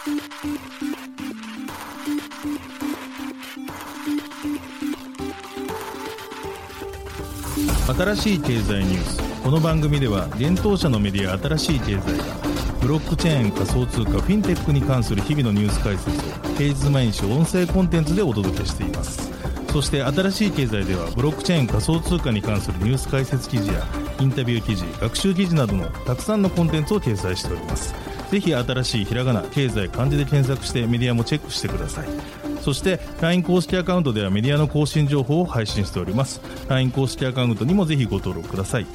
新しい経済ニュース。この番組では現当社のメディア新しい経済がブロックチェーン、仮想通貨、フィンテックに関する日々のニュース解説を平日毎日音声コンテンツでお届けしています。そして新しい経済ではブロックチェーン、仮想通貨に関するニュース解説記事やインタビュー記事、学習記事などのたくさんのコンテンツを掲載しております。ぜひ新しいひらがな、経済、漢字で検索してメディアもチェックしてください。そして LINE 公式アカウントではメディアの更新情報を配信しております。 LINE 公式アカウントにもぜひご登録ください。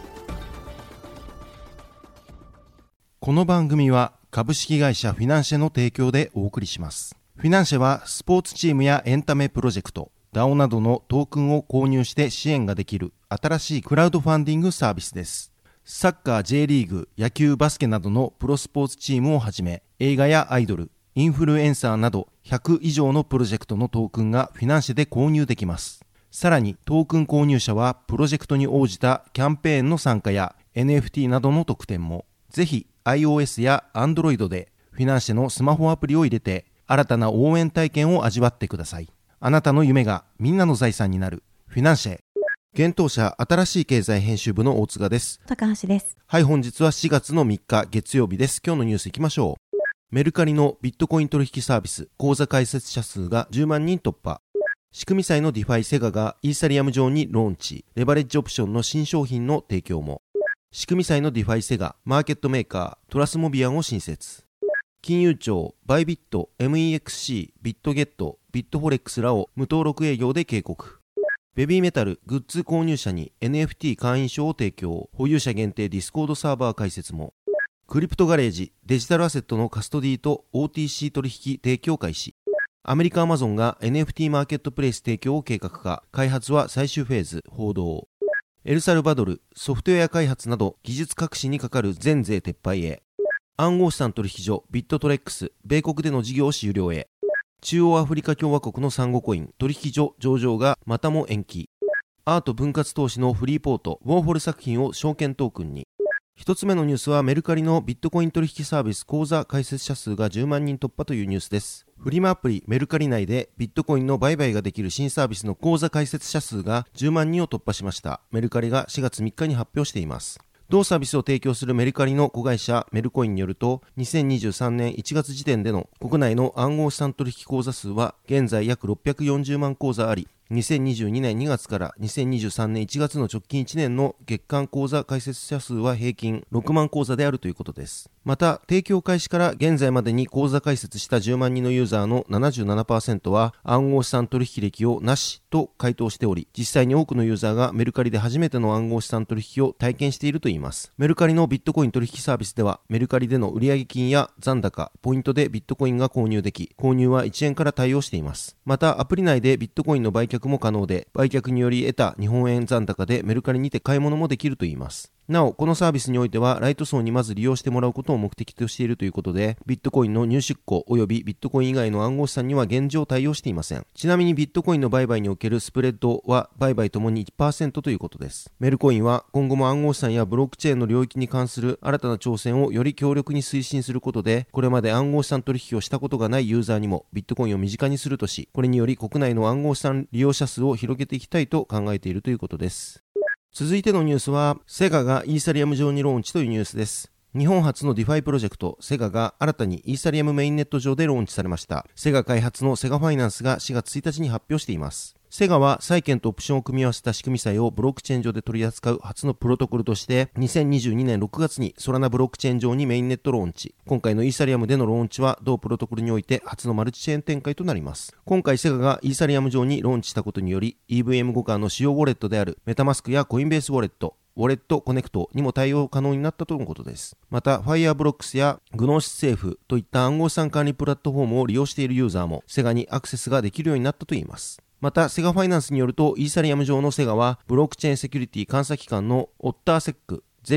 この番組は株式会社フィナンシェの提供でお送りします。フィナンシェはスポーツチームやエンタメプロジェクト、DAO などのトークンを購入して支援ができる新しいクラウドファンディングサービスです。サッカー、J リーグ、野球、バスケなどのプロスポーツチームをはじめ、映画やアイドル、インフルエンサーなど100以上のプロジェクトのトークンがフィナンシェで購入できます。さらにトークン購入者はプロジェクトに応じたキャンペーンの参加や NFT などの特典も。ぜひ iOS や Android でフィナンシェのスマホアプリを入れて新たな応援体験を味わってください。あなたの夢がみんなの財産になるフィナンシェ。現当社新しい経済編集部の大塚です。 高橋です。 はい、本日は4月の3日月曜日です。今日のニュースいきましょう。メルカリのビットコイン取引サービス口座開設者数が10万人突破。仕組み債のディファイセガがイーサリアム上にローンチ。レバレッジオプションの新商品の提供も。仕組み債のディファイセガ、マーケットメーカートラスモビアンを新設。金融庁、バイビット、MEXC、ビットゲット、ビットフォレックスらを無登録営業で警告。ベビーメタル、グッズ購入者に NFT 会員証を提供。保有者限定ディスコードサーバー開設も。クリプトガレージ、デジタルアセットのカストディと OTC 取引提供開始。アメリカアマゾンが NFT マーケットプレイス提供を計画化。開発は最終フェーズ、報道。エルサルバドル、ソフトウェア開発など技術革新にかかる全税撤廃へ。暗号資産取引所、ビットトレックス、米国での事業終了へ。中央アフリカ共和国のサンゴコイン、取引所上場がまたも延期。アート分割投資のフリーポート、ウォーホル作品を証券トークンに。一つ目のニュースはメルカリのビットコイン取引サービス口座開設者数が10万人突破というニュースです。フリマアプリメルカリ内でビットコインの売買ができる新サービスの口座開設者数が10万人を突破しました。メルカリが4月3日に発表しています。同サービスを提供するメルカリの子会社メルコインによると、2023年1月時点での国内の暗号資産取引口座数は現在約640万口座あり、2022年2月から2023年1月の直近1年の月間口座開設者数は平均6万口座であるということです。また、提供開始から現在までに口座開設した10万人のユーザーの 77% は暗号資産取引歴をなしと回答しており、実際に多くのユーザーがメルカリで初めての暗号資産取引を体験しているといいます。メルカリのビットコイン取引サービスでは、メルカリでの売上金や残高、ポイントでビットコインが購入でき、購入は1円から対応しています。また、アプリ内でビットコインの売却も可能で、売却により得た日本円残高でメルカリにて買い物もできるといいます。なお、このサービスにおいてはライト層にまず利用してもらうことを目的としているということで、ビットコインの入出庫及びビットコイン以外の暗号資産には現状対応していません。ちなみにビットコインの売買におけるスプレッドは売買ともに 1% ということです。メルコインは今後も暗号資産やブロックチェーンの領域に関する新たな挑戦をより強力に推進することで、これまで暗号資産取引をしたことがないユーザーにもビットコインを身近にするとし、これにより国内の暗号資産利用者数を広げていきたいと考えているということです。続いてのニュースは、セガがイーサリアム上にローンチというニュースです。日本初のディファイプロジェクト、セガが新たにイーサリアムメインネット上でローンチされました。セガ開発のセガファイナンスが4月1日に発表しています。セガは債券とオプションを組み合わせた仕組み債をブロックチェーン上で取り扱う初のプロトコルとして2022年6月にソラナブロックチェーン上にメインネットローンチ。今回のイーサリアムでのローンチは同プロトコルにおいて初のマルチチェーン展開となります。今回セガがイーサリアム上にローンチしたことにより EVM 互換の主要ウォレットであるメタマスクやコインベースウォレット、ウォレットコネクトにも対応可能になったとのことです。また、Fireblocks やグノーシスセーフといった暗号資産管理プラットフォームを利用しているユーザーもセガにアクセスができるようになったといいます。また、セガファイナンスによると、イーサリアム上のセガは、ブロックチェーンセキュリティ監査機関のオッターセック、ゼリック、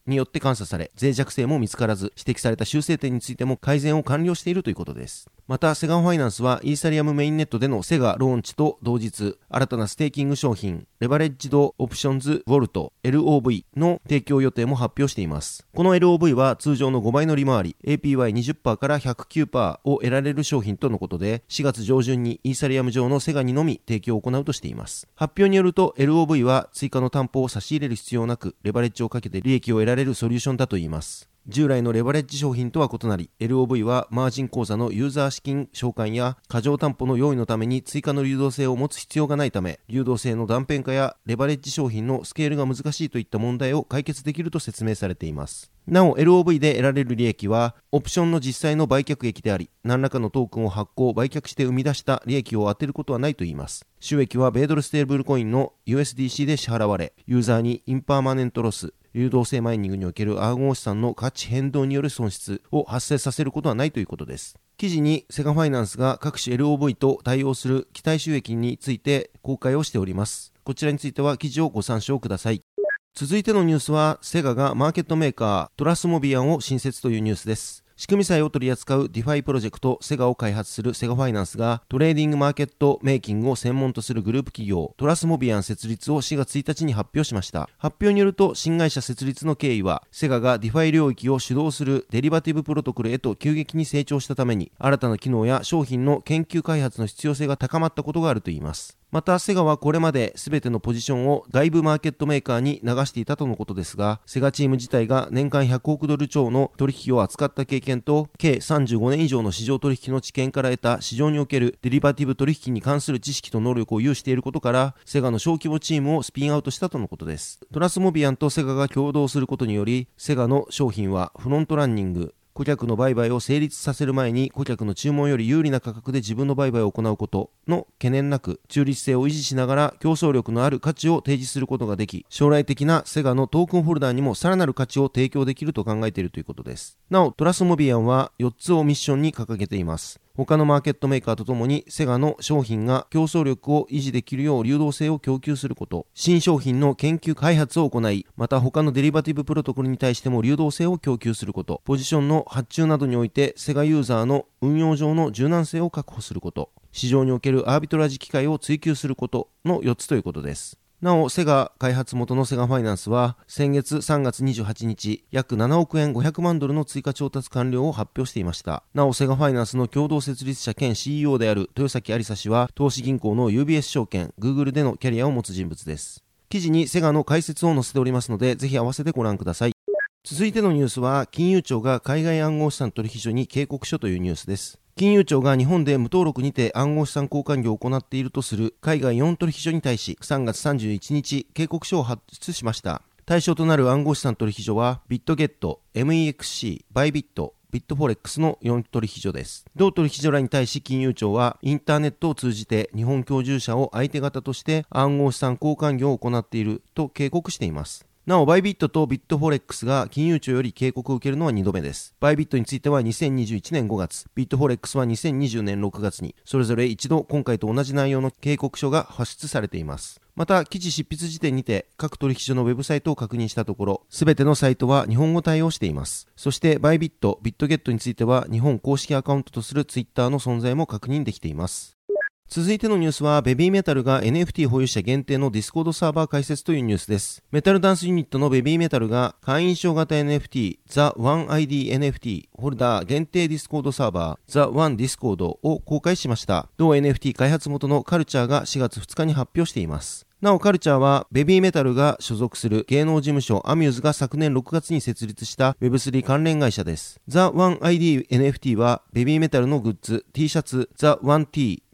によって監査され、脆弱性も見つからず、指摘された修正点についても改善を完了しているということです。また、セガファイナンスはイーサリアムメインネットでのセガローンチと同日、新たなステーキング商品、レバレッジドオプションズウォルト LOV の提供予定も発表しています。この LOV は通常の5倍の利回り、APY20% から 109% を得られる商品とのことで、4月上旬にイーサリアム上のセガにのみ提供を行うとしています。発表によると LOV は追加の担保を差し入れる必要なく、レバレッジをかけて利益を得られるソリューションだといいます。従来のレバレッジ商品とは異なり、LOV はマージン口座のユーザー資金償還や過剰担保の用意のために追加の流動性を持つ必要がないため、流動性の断片化やレバレッジ商品のスケールが難しいといった問題を解決できると説明されています。なお LOV で得られる利益はオプションの実際の売却益であり、何らかのトークンを発行売却して生み出した利益を当てることはないといいます。収益は米ドルステーブルコインの USDC で支払われ、ユーザーにインパーマネントロス、流動性マイニングにおける暗号資産の価値変動による損失を発生させることはないということです。記事にセガファイナンスが各種 LOV と対応する期待収益について公開をしております。こちらについては記事をご参照ください。続いてのニュースは、セガがマーケットメーカートラスモビアンを新設というニュースです。仕組み債を取り扱うディファイプロジェクトセガを開発するセガファイナンスがトレーディングマーケットメイキングを専門とするグループ企業トラスモビアン設立を4月1日に発表しました。発表によると新会社設立の経緯はセガがディファイ領域を主導するデリバティブプロトコルへと急激に成長したために新たな機能や商品の研究開発の必要性が高まったことがあるといいます。またセガはこれまで全てのポジションを外部マーケットメーカーに流していたとのことですが、セガチーム自体が年間100億ドル超の取引を扱った経験と計35年以上の市場取引の知見から得た市場におけるデリバティブ取引に関する知識と能力を有していることからセガの小規模チームをスピンアウトしたとのことです。トラスモビアンとセガが共同することによりセガの商品はフロントランニング、顧客の売買を成立させる前に顧客の注文より有利な価格で自分の売買を行うことの懸念なく中立性を維持しながら競争力のある価値を提示することができ、将来的なセガのトークンホルダーにもさらなる価値を提供できると考えているということです。なおトラスモビアンは4つをミッションに掲げています。他のマーケットメーカーとともにセガの商品が競争力を維持できるよう流動性を供給すること、新商品の研究開発を行い、また他のデリバティブプロトコルに対しても流動性を供給すること、ポジションの発注などにおいてセガユーザーの運用上の柔軟性を確保すること、市場におけるアービトラージ機会を追求することの4つということです。なお、セガ開発元のセガファイナンスは、先月3月28日、約7億円500万ドルの追加調達完了を発表していました。なお、セガファイナンスの共同設立者兼 CEO である豊崎有沙氏は、投資銀行の UBS 証券、Google でのキャリアを持つ人物です。記事にセガの解説を載せておりますので、ぜひ合わせてご覧ください。続いてのニュースは、金融庁が海外暗号資産取引所に警告書というニュースです。金融庁が日本で無登録にて暗号資産交換業を行っているとする海外4取引所に対し3月31日警告書を発出しました。対象となる暗号資産取引所はビットゲット、MEXC、バイビット、ビットフォレックスの4取引所です。同取引所らに対し金融庁はインターネットを通じて日本居住者を相手方として暗号資産交換業を行っていると警告しています。なお、バイビットとビットフォレックスが金融庁より警告を受けるのは2度目です。バイビットについては2021年5月、ビットフォレックスは2020年6月に、それぞれ一度今回と同じ内容の警告書が発出されています。また、記事執筆時点にて各取引所のウェブサイトを確認したところ、すべてのサイトは日本語対応しています。そして、バイビット、ビットゲットについては日本公式アカウントとするツイッターの存在も確認できています。続いてのニュースは、ベビーメタルが NFT 保有者限定のディスコードサーバー開設というニュースです。メタルダンスユニットのベビーメタルが会員証型 NFT The One ID NFT ホルダー限定ディスコードサーバー The One Discord を公開しました。同 NFT 開発元のカルチャーが4月2日に発表しています。なおカルチャーはベビーメタルが所属する芸能事務所アミューズが昨年6月に設立した Web3 関連会社です。The One ID NFT はベビーメタルのグッズ T シャツ The One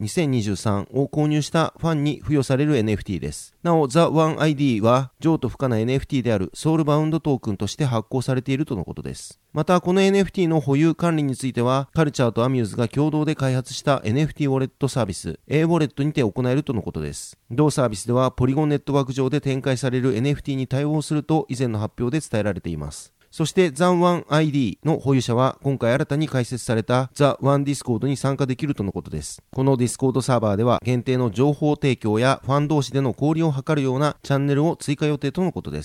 T2023 を購入したファンに付与される NFT です。なお The One ID は譲渡不可な NFT であるソウルバウンドトークンとして発行されているとのことです。またこの NFT の保有管理についてはカルチャーとアミューズが共同で開発した NFT ウォレットサービス A ウォレットにて行えるとのことです。同サービスではポリゴンネットワーク上で展開される NFT に対応すると以前の発表で伝えられています。そして The One ID の保有者は今回新たに開設された The One Discord に参加できるとのことです。この Discord サーバーでは限定の情報提供やファン同士での交流を図るようなチャンネルを追加予定とのことです。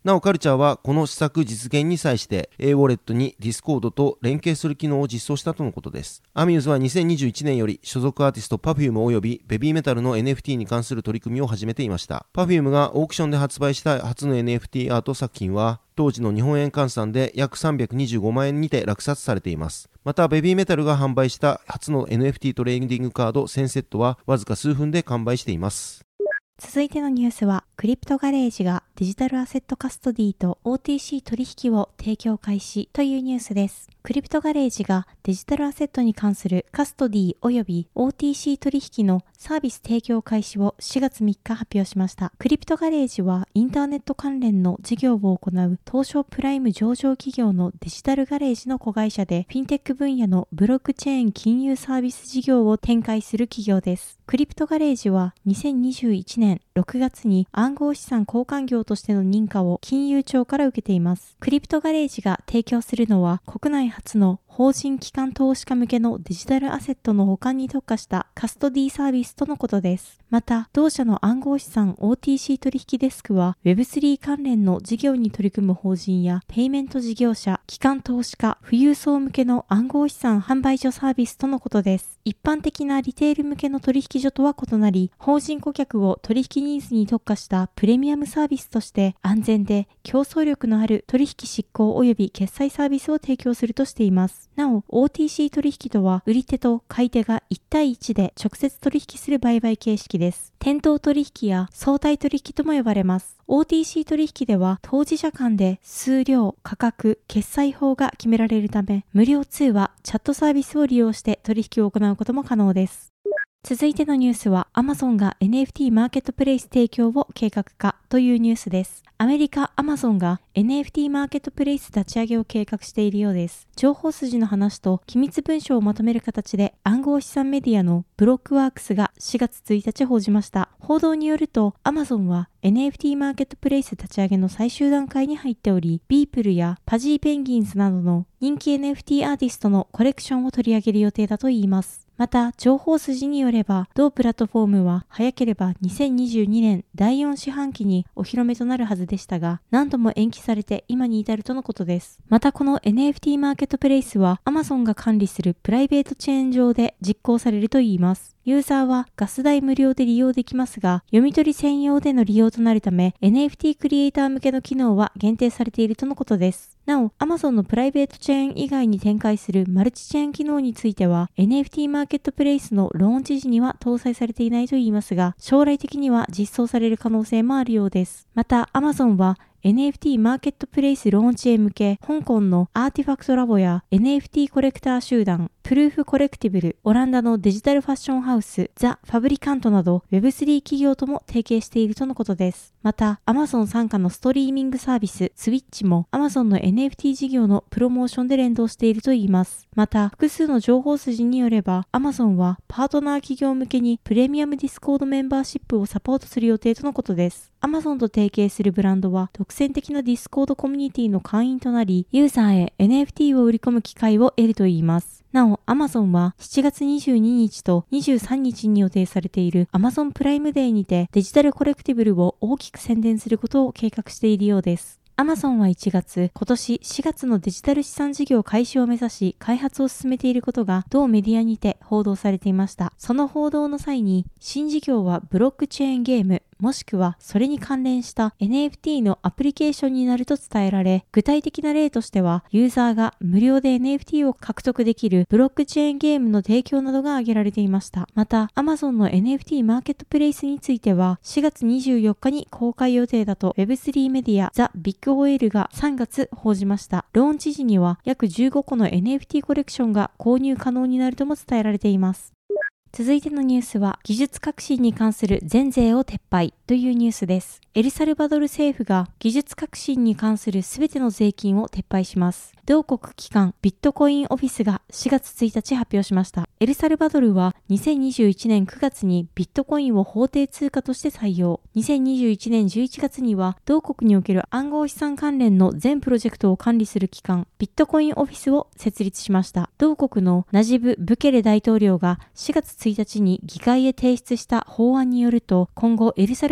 なおカルチャーはこの施策実現に際して A ウォレットに Discord と連携する機能を実装したとのことです。アミューズは2021年より所属アーティスト Perfume 及びベビーメタルの NFT に関する取り組みを始めていました。Perfume がオークションで発売した初の NFT アート作品は当時の日本円換算で約325万円にて落札されています。またベビーメタルが販売した初の NFT トレーディングカード1000セットはわずか数分で完売しています。 続いてのニュースは、クリプトガレージがデジタルアセットカストディと OTC 取引を提供開始というニュースです。クリプトガレージがデジタルアセットに関するカストディ及び OTC 取引のサービス提供開始を4月3日発表しました。クリプトガレージはインターネット関連の事業を行う東証プライム上場企業のデジタルガレージの子会社で、フィンテック分野のブロックチェーン金融サービス事業を展開する企業です。クリプトガレージは2021年6月に暗号資産交換業としての認可を金融庁から受けています。クリプトガレージが提供するのは国内初の法人機関投資家向けのデジタルアセットの保管に特化したカストディサービスとのことです。また、同社の暗号資産 OTC 取引デスクは Web3 関連の事業に取り組む法人やペイメント事業者、機関投資家、富裕層向けの暗号資産販売所サービスとのことです。一般的なリテール向けの取引所とは異なり、法人顧客を取引ニーズに特化したプレミアムサービスとして安全で競争力のある取引執行及び決済サービスを提供するとしています。なお、OTC 取引とは売り手と買い手が1対1で直接取引する売買形式です。店頭取引や相対取引とも呼ばれます。OTC 取引では当事者間で数量、価格、決済法が決められるため、無料通話、チャットサービスを利用して取引を行うことも可能です。続いてのニュースは Amazon が NFT マーケットプレイス提供を計画化というニュースです。アメリカ Amazon が NFT マーケットプレイス立ち上げを計画しているようです。情報筋の話と機密文書をまとめる形で暗号資産メディアのブロックワークスが4月1日報じました。報道によると Amazon は NFT マーケットプレイス立ち上げの最終段階に入っており、ビープルやパジーペンギンズなどの人気 NFT アーティストのコレクションを取り上げる予定だといいます。また、情報筋によれば、同プラットフォームは早ければ2022年第4四半期にお披露目となるはずでしたが、何度も延期されて今に至るとのことです。また、この NFT マーケットプレイスは Amazon が管理するプライベートチェーン上で実行されるといいます。ユーザーはガス代無料で利用できますが、読み取り専用での利用となるため、NFT クリエイター向けの機能は限定されているとのことです。なお、Amazon のプライベートチェーン以外に展開するマルチチェーン機能については、NFT マーケットプレイスのローンチ時には搭載されていないといいますが、将来的には実装される可能性もあるようです。また、Amazon はNFT マーケットプレイスローンチへ向け、香港のアーティファクトラボや NFT コレクター集団、プルーフコレクティブル、オランダのデジタルファッションハウス、ザ・ファブリカントなど Web3 企業とも提携しているとのことです。また、Amazon 傘下のストリーミングサービス、Switch も Amazon の NFT 事業のプロモーションで連動しているといいます。また、複数の情報筋によれば、Amazon はパートナー企業向けにプレミアムディスコードメンバーシップをサポートする予定とのことです。Amazon と提携するブランドは独占的なディスコードコミュニティの会員となり、ユーザーへ NFT を売り込む機会を得るといいます。なお、Amazon は7月22日と23日に予定されている Amazon プライムデーにてデジタルコレクティブルを大きく宣伝することを計画しているようです。Amazon は1月、今年4月のデジタル資産事業開始を目指し開発を進めていることが同メディアにて報道されていました。その報道の際に、新事業はブロックチェーンゲーム、もしくはそれに関連した NFT のアプリケーションになると伝えられ、具体的な例としては、ユーザーが無料で NFT を獲得できるブロックチェーンゲームの提供などが挙げられていました。また、Amazon の NFT マーケットプレイスについては、4月24日に公開予定だと Web3 メディアザ・ビッグオイルが3月報じました。ローンチ時には約15個の NFT コレクションが購入可能になるとも伝えられています。続いてのニュースは、技術革新に関する全税を撤廃というニュースです。エルサルバドル政府が技術革新に関するすべての税金を撤廃します。同国機関ビットコインオフィスが4月1日発表しました。エルサルバドルは2021年9月にビットコインを法定通貨として採用。2021年11月には同国における暗号資産関連の全プロジェクトを管理する機関ビットコインオフィスを設立しました。同国のナジブ・ブケレ大統領が4月1日に議会へ提出した法案によると、今後エルサル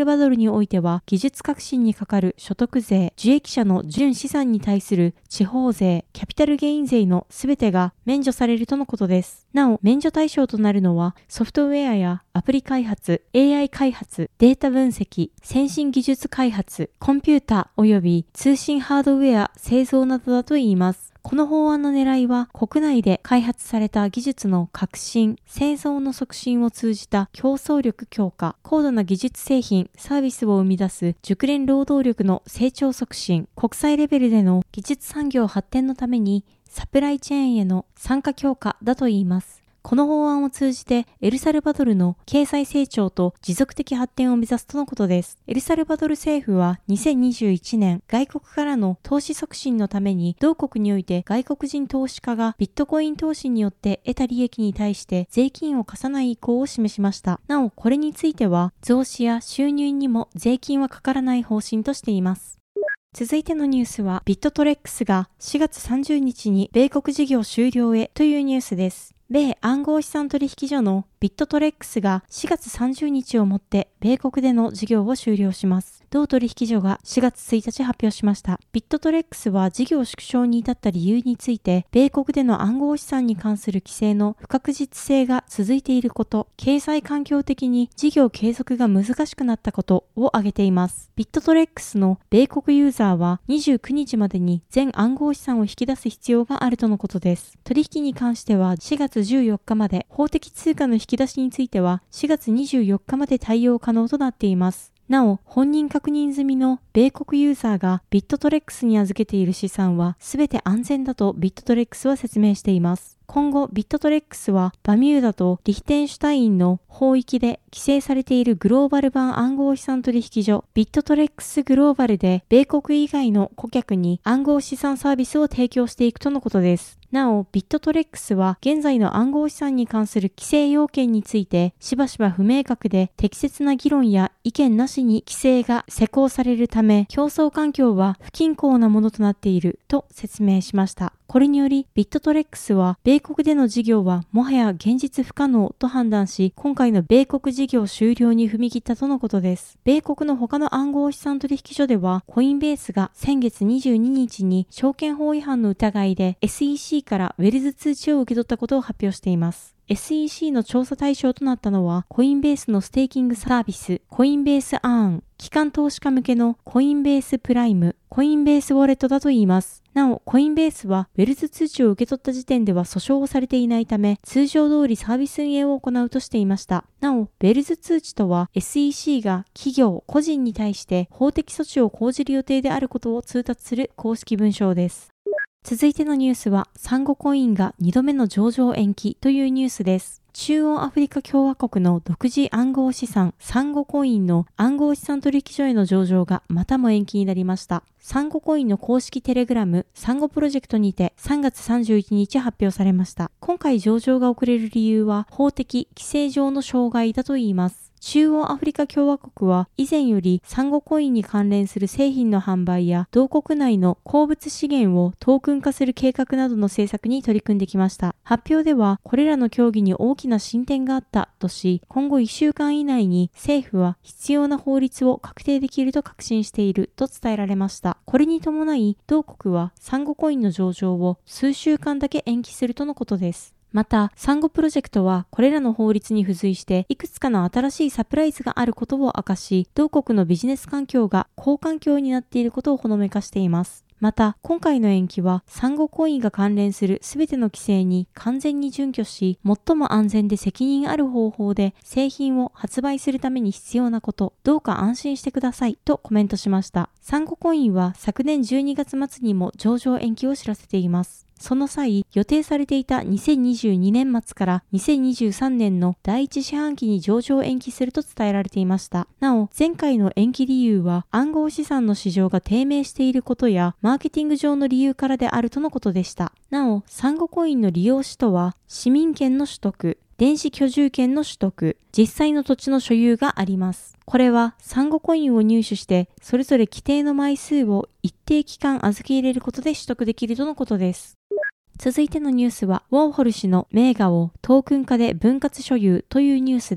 ルバドルにおいては、技術革新にかかる所得税、受益者の純資産に対する地方税、キャピタルゲイン税のすべてが免除されるとのことです。なお、免除対象となるのは、ソフトウェアやアプリ開発、AI 開発、データ分析、先進技術開発、コンピュータ及び通信ハードウェア製造などだといいます。この法案の狙いは、国内で開発された技術の革新、製造の促進を通じた競争力強化、高度な技術製品、サービスを生み出す熟練労働力の成長促進、国際レベルでの技術産業発展のために、サプライチェーンへの参加強化だといいます。この法案を通じてエルサルバドルの経済成長と持続的発展を目指すとのことです。エルサルバドル政府は2021年外国からの投資促進のために同国において外国人投資家がビットコイン投資によって得た利益に対して税金を課さない意向を示しました。なお、これについては増資や収入にも税金はかからない方針としています。続いてのニュースはビットトレックスが4月30日に米国事業終了へというニュースです。米暗号資産取引所のビットトレックスが4月30日をもって米国での事業を終了します。同取引所が4月1日発表しました。ビットトレックスは事業縮小に至った理由について、米国での暗号資産に関する規制の不確実性が続いていること、経済環境的に事業継続が難しくなったことを挙げています。ビットトレックスの米国ユーザーは29日までに全暗号資産を引き出す必要があるとのことです。取引に関しては4月14日まで、法的通貨の引き出しについては4月24日まで対応可能となっています。なお、本人確認済みの米国ユーザーがビットトレックスに預けている資産は全て安全だとビットトレックスは説明しています。今後、ビットトレックスはバミューダとリヒテンシュタインの法域で規制されているグローバル版暗号資産取引所ビットトレックスグローバルで米国以外の顧客に暗号資産サービスを提供していくとのことです。なお、ビットトレックスは現在の暗号資産に関する規制要件についてしばしば不明確で適切な議論や意見なしに規制が施行されるため競争環境は不均衡なものとなっていると説明しました。これによりビットトレックスは米国での事業はもはや現実不可能と判断し、今回の米国事業終了に踏み切ったとのことです。米国の他の暗号資産取引所ではコインベースが先月22日に証券法違反の疑いで SEC からウェルズ通知を受け取ったことを発表しています。SEC の調査対象となったのはコインベースのステーキングサービスコインベースアーン、機関投資家向けのコインベースプライム、コインベースウォレットだといいます。なお、コインベースはウェルズ通知を受け取った時点では訴訟をされていないため、通常通りサービス運営を行うとしていました。なお、ウェルズ通知とは SEC が企業、個人に対して法的措置を講じる予定であることを通達する公式文章です。続いてのニュースは、サンゴコインが2度目の上場延期というニュースです。中央アフリカ共和国の独自暗号資産サンゴコインの暗号資産取引所への上場がまたも延期になりました。サンゴコインの公式テレグラムサンゴプロジェクトにて3月31日発表されました。今回上場が遅れる理由は法的規制上の障害だといいます。中央アフリカ共和国は以前よりサンゴコインに関連する製品の販売や同国内の鉱物資源をトークン化する計画などの政策に取り組んできました。発表ではこれらの協議に大きな進展があったとし、今後1週間以内に政府は必要な法律を確定できると確信していると伝えられました。これに伴い同国はサンゴコインの上場を数週間だけ延期するとのことです。また、サンゴプロジェクトはこれらの法律に付随していくつかの新しいサプライズがあることを明かし、同国のビジネス環境が好環境になっていることをほのめかしています。また、今回の延期はサンゴコインが関連するすべての規制に完全に準拠し、最も安全で責任ある方法で製品を発売するために必要なこと、どうか安心してくださいとコメントしました。サンゴコインは昨年12月末にも上場延期を知らせています。その際、予定されていた2022年末から2023年の第一四半期に上場延期すると伝えられていました。なお、前回の延期理由は暗号資産の市場が低迷していることやマーケティング上の理由からであるとのことでした。なお、サンゴコインの利用者とは市民権の取得、電子居住権の取得、実際の土地の所有があります。これはサンゴコインを入手してそれぞれ規定の枚数を一定期間預け入れることで取得できるとのことです。続いてのニュースは、ウォーホル氏の名画をトークン化で分割所有というニュースです。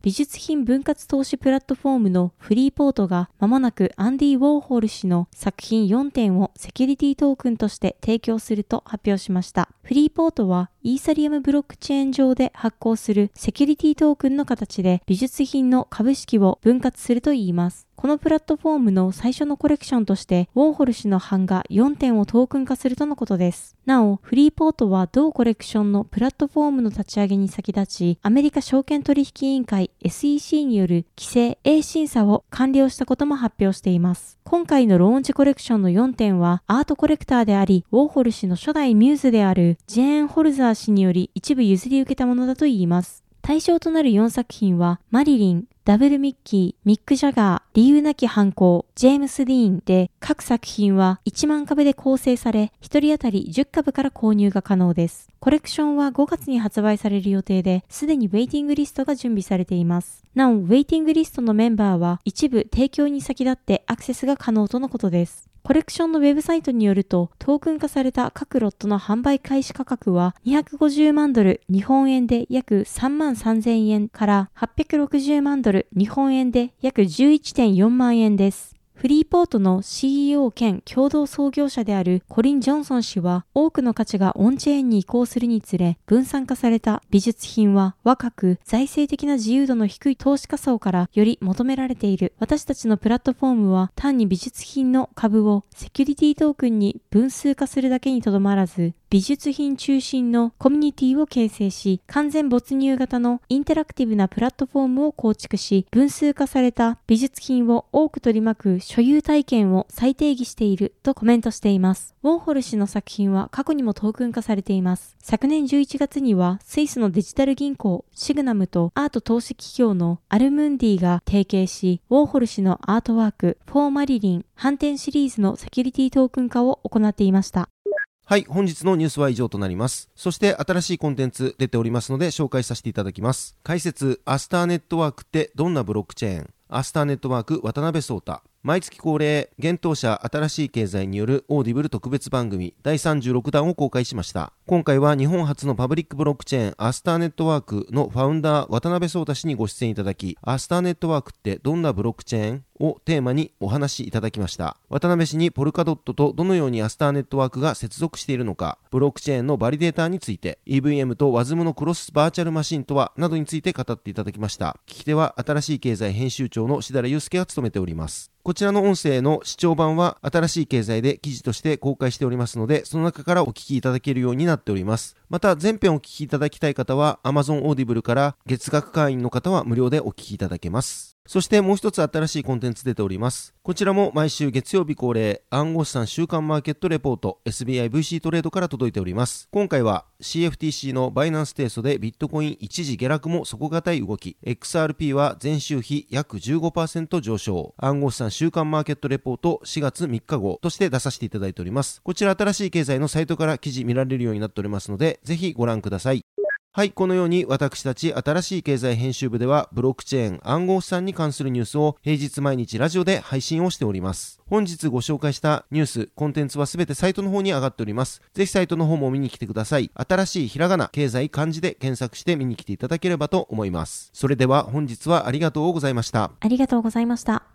美術品分割投資プラットフォームのフリーポートが間もなくアンディ・ウォーホル氏の作品4点をセキュリティトークンとして提供すると発表しました。フリーポートはイーサリアムブロックチェーン上で発行するセキュリティトークンの形で美術品の株式を分割するといいます。このプラットフォームの最初のコレクションとしてウォーホル氏の版画4点をトークン化するとのことです。なお、フリーポートは同コレクションのプラットフォームの立ち上げに先立ち、アメリカ証券取引委員会 SEC による規制 A 審査を完了したことも発表しています。今回のローンチコレクションの4点はアートコレクターであり、ウォーホル氏の初代ミューズであるジェーン・ホルザー氏により一部譲り受けたものだといいます。対象となる4作品はマリリン、ダブルミッキー、ミック・ジャガー、理由なき犯行、ジェームス・ディーンで、各作品は1万株で構成され、1人当たり10株から購入が可能です。コレクションは5月に発売される予定で、すでにウェイティングリストが準備されています。なお、ウェイティングリストのメンバーは一部提供に先立ってアクセスが可能とのことです。コレクションのウェブサイトによると、トークン化された各ロットの販売開始価格は250万ドル、日本円で約3万3000円から860万ドル、日本円で約 11.4 万円です。フリーポートの CEO 兼共同創業者であるコリン・ジョンソン氏は、多くの価値がオンチェーンに移行するにつれ、分散化された美術品は若く財政的な自由度の低い投資家層からより求められている。私たちのプラットフォームは単に美術品の株をセキュリティトークンに分数化するだけにとどまらず、美術品中心のコミュニティを形成し、完全没入型のインタラクティブなプラットフォームを構築し、分数化された美術品を多く取り巻く所有体験を再定義しているとコメントしています。ウォーホル氏の作品は過去にもトークン化されています。昨年11月にはスイスのデジタル銀行シグナムとアート投資企業のアルムンディが提携し、ウォーホル氏のアートワークフォーマリリン反転シリーズのセキュリティトークン化を行っていました。 はい、本日のニュースは以上となります。そして新しいコンテンツ出ておりますので紹介させていただきます。解説、アスターネットワークってどんなブロックチェーン？アスターネットワーク渡辺壮太。毎月恒例、現当社新しい経済によるオーディブル特別番組第36弾を公開しました。今回は日本初のパブリックブロックチェーンアスターネットワークのファウンダー渡辺壮太氏にご出演いただき、アスターネットワークってどんなブロックチェーンをテーマにお話しいただきました。渡辺氏にポルカドットとどのようにアスターネットワークが接続しているのか、ブロックチェーンのバリデーターについて、EVM と WASM のクロスバーチャルマシンとはなどについて語っていただきました。聞き手は新しい経済編集長の志田祐介が務めております。こちらの音声の視聴版は新しい経済で記事として公開しておりますので、その中からお聞きいただけるようになっております。また全編お聞きいただきたい方は Amazon Audible から月額会員の方は無料でお聞きいただけます。そしてもう一つ新しいコンテンツ出ております。こちらも毎週月曜日恒例暗号資産週間マーケットレポート SBI VC トレードから届いております。今回は CFTC のバイナンス提訴でビットコイン一時下落も底堅い動き、 XRP は前週比約 15% 上昇、暗号資産週間マーケットレポート4月3日号として出させていただいております。こちら新しい経済のサイトから記事見られるようになっておりますので、ぜひご覧ください。はい、このように私たち新しい経済編集部ではブロックチェーン暗号資産に関するニュースを平日毎日ラジオで配信をしております。本日ご紹介したニュース、コンテンツはすべてサイトの方に上がっております。ぜひサイトの方も見に来てください。新しいひらがな、経済、漢字で検索して見に来ていただければと思います。それでは本日はありがとうございました。 ありがとうございました。